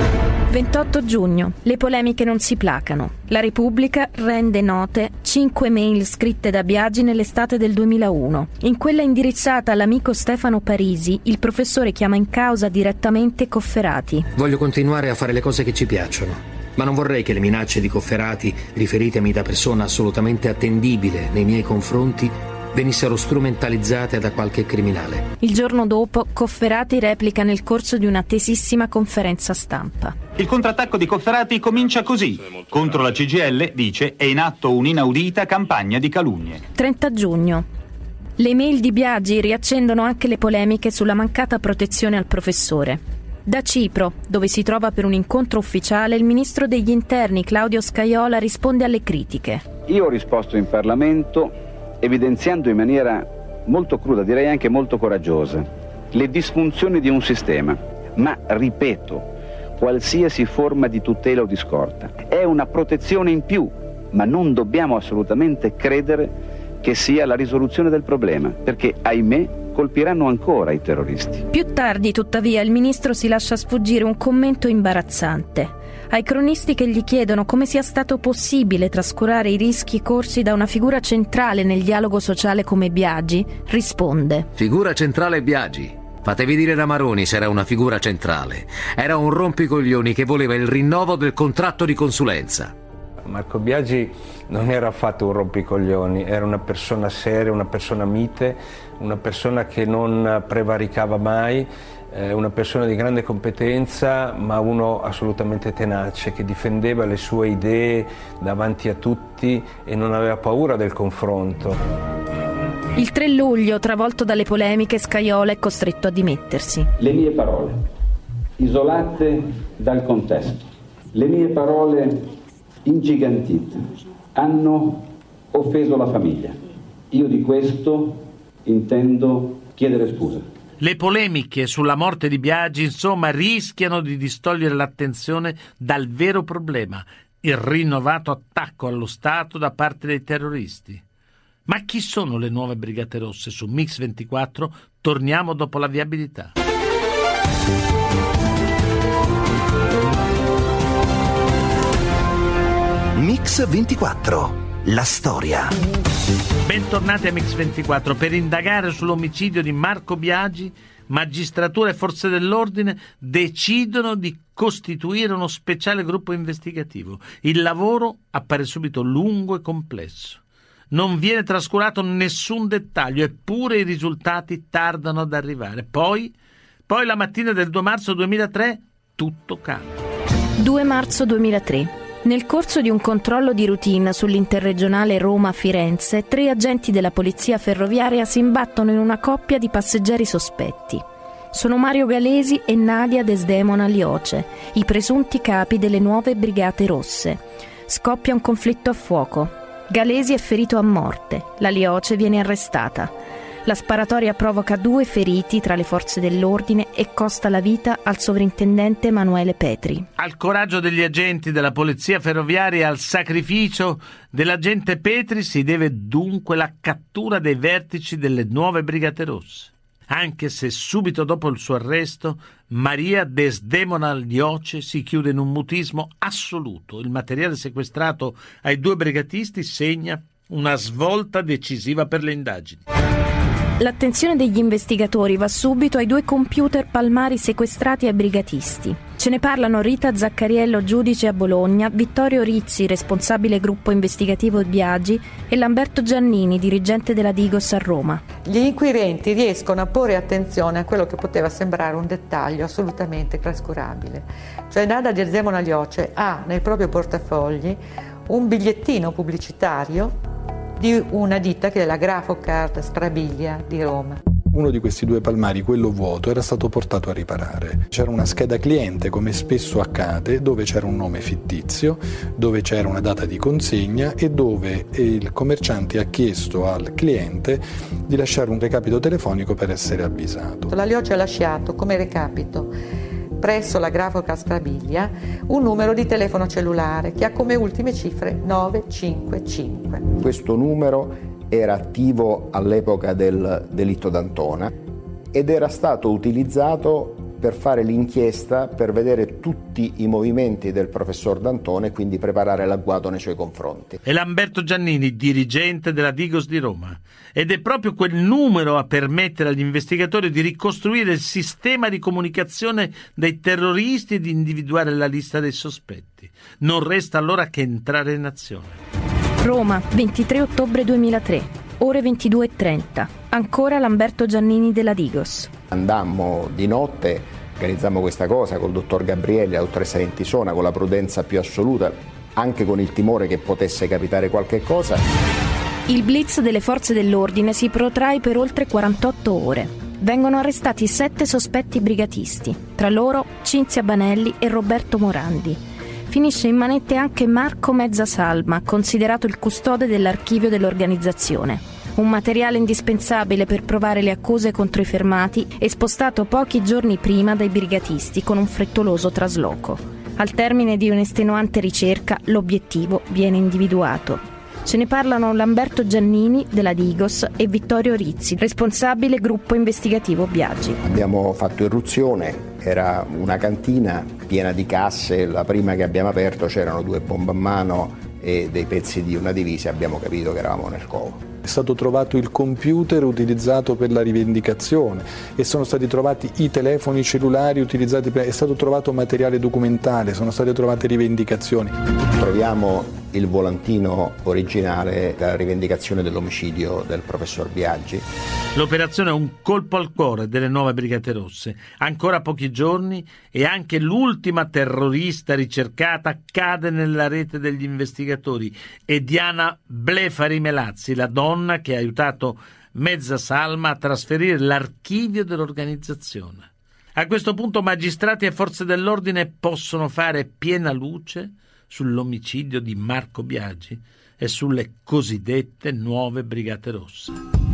ventotto giugno. Le polemiche non si placano. La Repubblica rende note cinque mail scritte da Biagi nell'estate del duemilauno. In quella indirizzata all'amico Stefano Parisi, il professore chiama in causa direttamente Cofferati. Voglio continuare a fare le cose che ci piacciono. Ma non vorrei che le minacce di Cofferati, riferitemi da persona assolutamente attendibile nei miei confronti, venissero strumentalizzate da qualche criminale. Il giorno dopo, Cofferati replica nel corso di una tesissima conferenza stampa. Il contrattacco di Cofferati comincia così. Contro la C G I L, dice, è in atto un'inaudita campagna di calunnie. trenta giugno. Le email di Biagi riaccendono anche le polemiche sulla mancata protezione al professore. Da Cipro, dove si trova per un incontro ufficiale, il ministro degli interni Claudio Scajola risponde alle critiche. Io ho risposto in Parlamento evidenziando in maniera molto cruda, direi anche molto coraggiosa, le disfunzioni di un sistema, ma ripeto, qualsiasi forma di tutela o di scorta è una protezione in più, ma non dobbiamo assolutamente credere che sia la risoluzione del problema, perché ahimè colpiranno ancora i terroristi. Più tardi, tuttavia, il ministro si lascia sfuggire un commento imbarazzante. Ai cronisti che gli chiedono come sia stato possibile trascurare i rischi corsi da una figura centrale nel dialogo sociale come Biagi, risponde: Figura centrale Biagi? Fatevi dire da Maroni se era una figura centrale. Era un rompicoglioni che voleva il rinnovo del contratto di consulenza. Marco Biagi non era affatto un rompicoglioni, era una persona seria, una persona mite, una persona che non prevaricava mai, eh, una persona di grande competenza, ma uno assolutamente tenace, che difendeva le sue idee davanti a tutti e non aveva paura del confronto. Il tre luglio, travolto dalle polemiche, Scajola è costretto a dimettersi. Le mie parole, isolate dal contesto, le mie parole ingigantite, hanno offeso la famiglia. Io di questo intendo chiedere scusa. Le polemiche sulla morte di Biagi, insomma, rischiano di distogliere l'attenzione dal vero problema, il rinnovato attacco allo Stato da parte dei terroristi. Ma chi sono le nuove Brigate Rosse? Su Mix ventiquattro torniamo dopo la viabilità. Mix ventiquattro, la storia. Bentornati a Mix ventiquattro. Per indagare sull'omicidio di Marco Biagi, magistratura e forze dell'ordine decidono di costituire uno speciale gruppo investigativo. Il lavoro appare subito lungo e complesso. Non viene trascurato nessun dettaglio, eppure i risultati tardano ad arrivare. Poi, poi la mattina del due marzo duemilatré, tutto cambia. due marzo duemilatré. Nel corso di un controllo di routine sull'interregionale Roma-Firenze, tre agenti della polizia ferroviaria si imbattono in una coppia di passeggeri sospetti. Sono Mario Galesi e Nadia Desdemona Lioce, i presunti capi delle nuove Brigate Rosse. Scoppia un conflitto a fuoco. Galesi è ferito a morte, la Lioce viene arrestata. La sparatoria provoca due feriti tra le forze dell'ordine e costa la vita al sovrintendente Emanuele Petri. Al coraggio degli agenti della polizia ferroviaria e al sacrificio dell'agente Petri si deve dunque la cattura dei vertici delle nuove Brigate Rosse. Anche se subito dopo il suo arresto Maria Desdemona Lioce si chiude in un mutismo assoluto. Il materiale sequestrato ai due brigatisti segna una svolta decisiva per le indagini. L'attenzione degli investigatori va subito ai due computer palmari sequestrati ai brigatisti. Ce ne parlano Rita Zaccariello, giudice a Bologna, Vittorio Rizzi, responsabile gruppo investigativo Biagi, e Lamberto Giannini, dirigente della Digos a Roma. Gli inquirenti riescono a porre attenzione a quello che poteva sembrare un dettaglio assolutamente trascurabile. Cioè Nadia Desdemona Lioce ha nel proprio portafogli un bigliettino pubblicitario di una ditta che è la Grafocard Strabilia di Roma. Uno di questi due palmari, quello vuoto, era stato portato a riparare. C'era una scheda cliente, come spesso accade, dove c'era un nome fittizio, dove c'era una data di consegna e dove il commerciante ha chiesto al cliente di lasciare un recapito telefonico per essere avvisato. La Lioce ha lasciato come recapito presso la Grafocard Strabilia un numero di telefono cellulare che ha come ultime cifre nove cinque cinque. Questo numero era attivo all'epoca del delitto d'Antona ed era stato utilizzato per fare l'inchiesta, per vedere tutti i movimenti del professor D'Antona e quindi preparare l'agguato nei suoi confronti. È Lamberto Giannini, dirigente della Digos di Roma, ed è proprio quel numero a permettere agli investigatori di ricostruire il sistema di comunicazione dei terroristi e di individuare la lista dei sospetti. Non resta allora che entrare in azione. Roma, ventitré ottobre duemilatré, ore ventidue e trenta. Ancora Lamberto Giannini della Digos. Andammo di notte, organizzammo questa cosa col dottor Gabrielli, la dottoressa Ventisona, con la prudenza più assoluta, anche con il timore che potesse capitare qualche cosa. Il blitz delle forze dell'ordine si protrae per oltre quarantotto ore. Vengono arrestati sette sospetti brigatisti, tra loro Cinzia Banelli e Roberto Morandi. Finisce in manette anche Marco Mezzasalma, considerato il custode dell'archivio dell'organizzazione. Un materiale indispensabile per provare le accuse contro i fermati e spostato pochi giorni prima dai brigatisti con un frettoloso trasloco. Al termine di un'estenuante ricerca, l'obiettivo viene individuato. Ce ne parlano Lamberto Giannini della Digos e Vittorio Rizzi, responsabile gruppo investigativo Biagi. Abbiamo fatto irruzione, era una cantina piena di casse, la prima che abbiamo aperto c'erano due bombe a mano e dei pezzi di una divisa, abbiamo capito che eravamo nel covo. È stato trovato il computer utilizzato per la rivendicazione e sono stati trovati i telefoni cellulari utilizzati per... è stato trovato materiale documentale, sono state trovate rivendicazioni. Troviamo il volantino originale della rivendicazione dell'omicidio del professor Biagi. L'operazione è un colpo al cuore delle nuove Brigate Rosse. Ancora pochi giorni e anche l'ultima terrorista ricercata cade nella rete degli investigatori. È Diana Blefari Melazzi, la donna che ha aiutato Mezzasalma a trasferire l'archivio dell'organizzazione. A questo punto magistrati e forze dell'ordine possono fare piena luce sull'omicidio di Marco Biagi e sulle cosiddette nuove Brigate Rosse.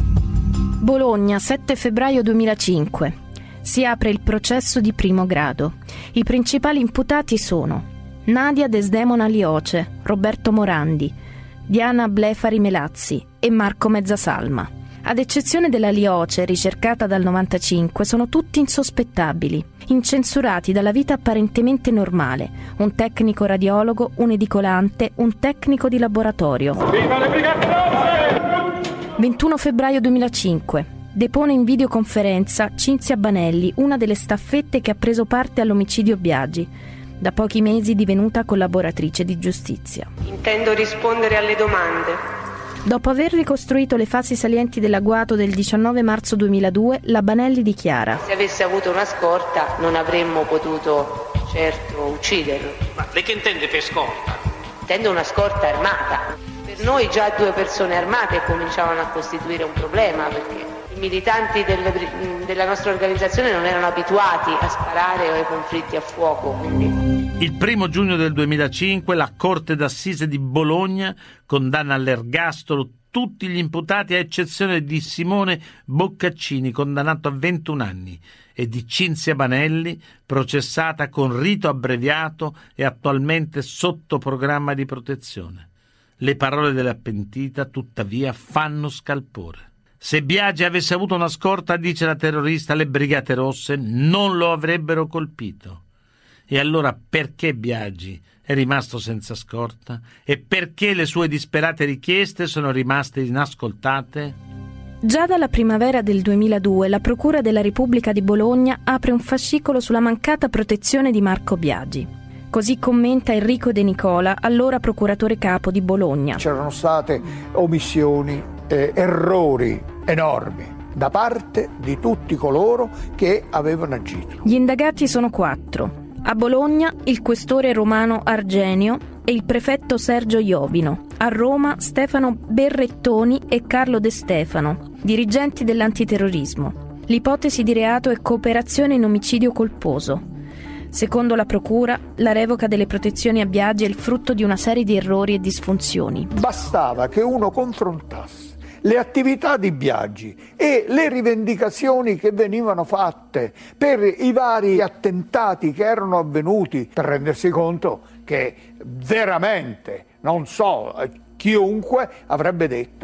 Bologna, sette febbraio duemilacinque. Si apre il processo di primo grado. I principali imputati sono Nadia Desdemona Lioce, Roberto Morandi, Diana Blefari Melazzi e Marco Mezzasalma. Ad eccezione della Lioce, ricercata dal novantacinque, sono tutti insospettabili, incensurati dalla vita apparentemente normale. Un tecnico radiologo, un edicolante, un tecnico di laboratorio. Viva le Brigate Rosse! ventuno febbraio duemilacinque. Depone in videoconferenza Cinzia Banelli, una delle staffette che ha preso parte all'omicidio Biagi, da pochi mesi divenuta collaboratrice di giustizia. Intendo rispondere alle domande. Dopo aver ricostruito le fasi salienti dell'agguato del diciannove marzo duemiladue, la Banelli dichiara: se avesse avuto una scorta non avremmo potuto certo ucciderlo. Ma lei che intende per scorta? Intendo una scorta armata. Per noi già due persone armate cominciavano a costituire un problema, perché i militanti delle, della nostra organizzazione non erano abituati a sparare o ai conflitti a fuoco. Quindi. Il primo giugno del duemilacinque la Corte d'Assise di Bologna condanna all'ergastolo tutti gli imputati a eccezione di Simone Boccaccini, condannato a ventuno anni, e di Cinzia Banelli, processata con rito abbreviato e attualmente sotto programma di protezione. Le parole della pentita, tuttavia, fanno scalpore. Se Biagi avesse avuto una scorta, dice la terrorista, le Brigate Rosse non lo avrebbero colpito. E allora perché Biagi è rimasto senza scorta? E perché le sue disperate richieste sono rimaste inascoltate? Già dalla primavera del duemiladue la Procura della Repubblica di Bologna apre un fascicolo sulla mancata protezione di Marco Biagi. Così commenta Enrico De Nicola, allora procuratore capo di Bologna. C'erano state omissioni, eh, errori enormi da parte di tutti coloro che avevano agito. Gli indagati sono quattro. A Bologna il questore romano Argenio e il prefetto Sergio Iovino. A Roma Stefano Berrettoni e Carlo De Stefano, dirigenti dell'antiterrorismo. L'ipotesi di reato è cooperazione in omicidio colposo. Secondo la procura, la revoca delle protezioni a Biagi è il frutto di una serie di errori e disfunzioni. Bastava che uno confrontasse le attività di Biagi e le rivendicazioni che venivano fatte per i vari attentati che erano avvenuti per rendersi conto che veramente, non so, chiunque avrebbe detto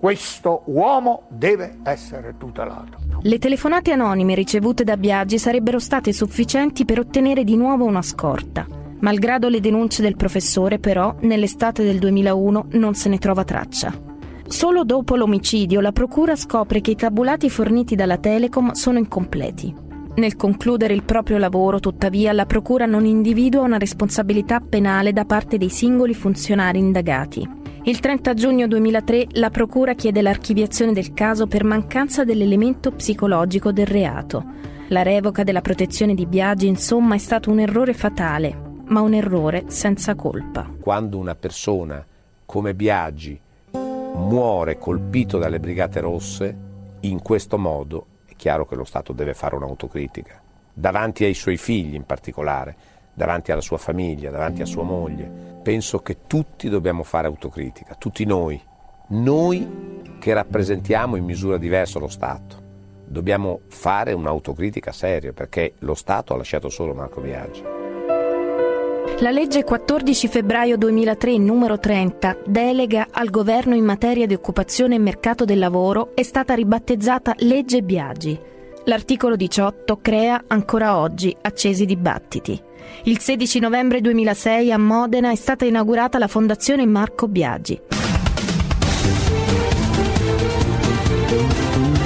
Questo uomo deve essere tutelato. Le telefonate anonime ricevute da Biagi sarebbero state sufficienti per ottenere di nuovo una scorta. Malgrado le denunce del professore, però, nell'estate del duemilauno non se ne trova traccia. Solo dopo l'omicidio la procura scopre che i tabulati forniti dalla Telecom sono incompleti. Nel concludere il proprio lavoro, tuttavia, la procura non individua una responsabilità penale da parte dei singoli funzionari indagati. Il trenta giugno duemilatré la procura chiede l'archiviazione del caso per mancanza dell'elemento psicologico del reato. La revoca della protezione di Biagi, insomma, è stato un errore fatale, ma un errore senza colpa. Quando una persona come Biagi muore colpito dalle Brigate Rosse, in questo modo è chiaro che lo Stato deve fare un'autocritica, davanti ai suoi figli in particolare, davanti alla sua famiglia, davanti a sua moglie. Penso che tutti dobbiamo fare autocritica, tutti noi, noi che rappresentiamo in misura diversa lo Stato. Dobbiamo fare un'autocritica seria, perché lo Stato ha lasciato solo Marco Biagi. La legge quattordici febbraio duemilatré numero trenta, delega al governo in materia di occupazione e mercato del lavoro, è stata ribattezzata legge Biagi. L'articolo diciotto crea ancora oggi accesi dibattiti. Il sedici novembre duemilasei a Modena è stata inaugurata la Fondazione Marco Biagi.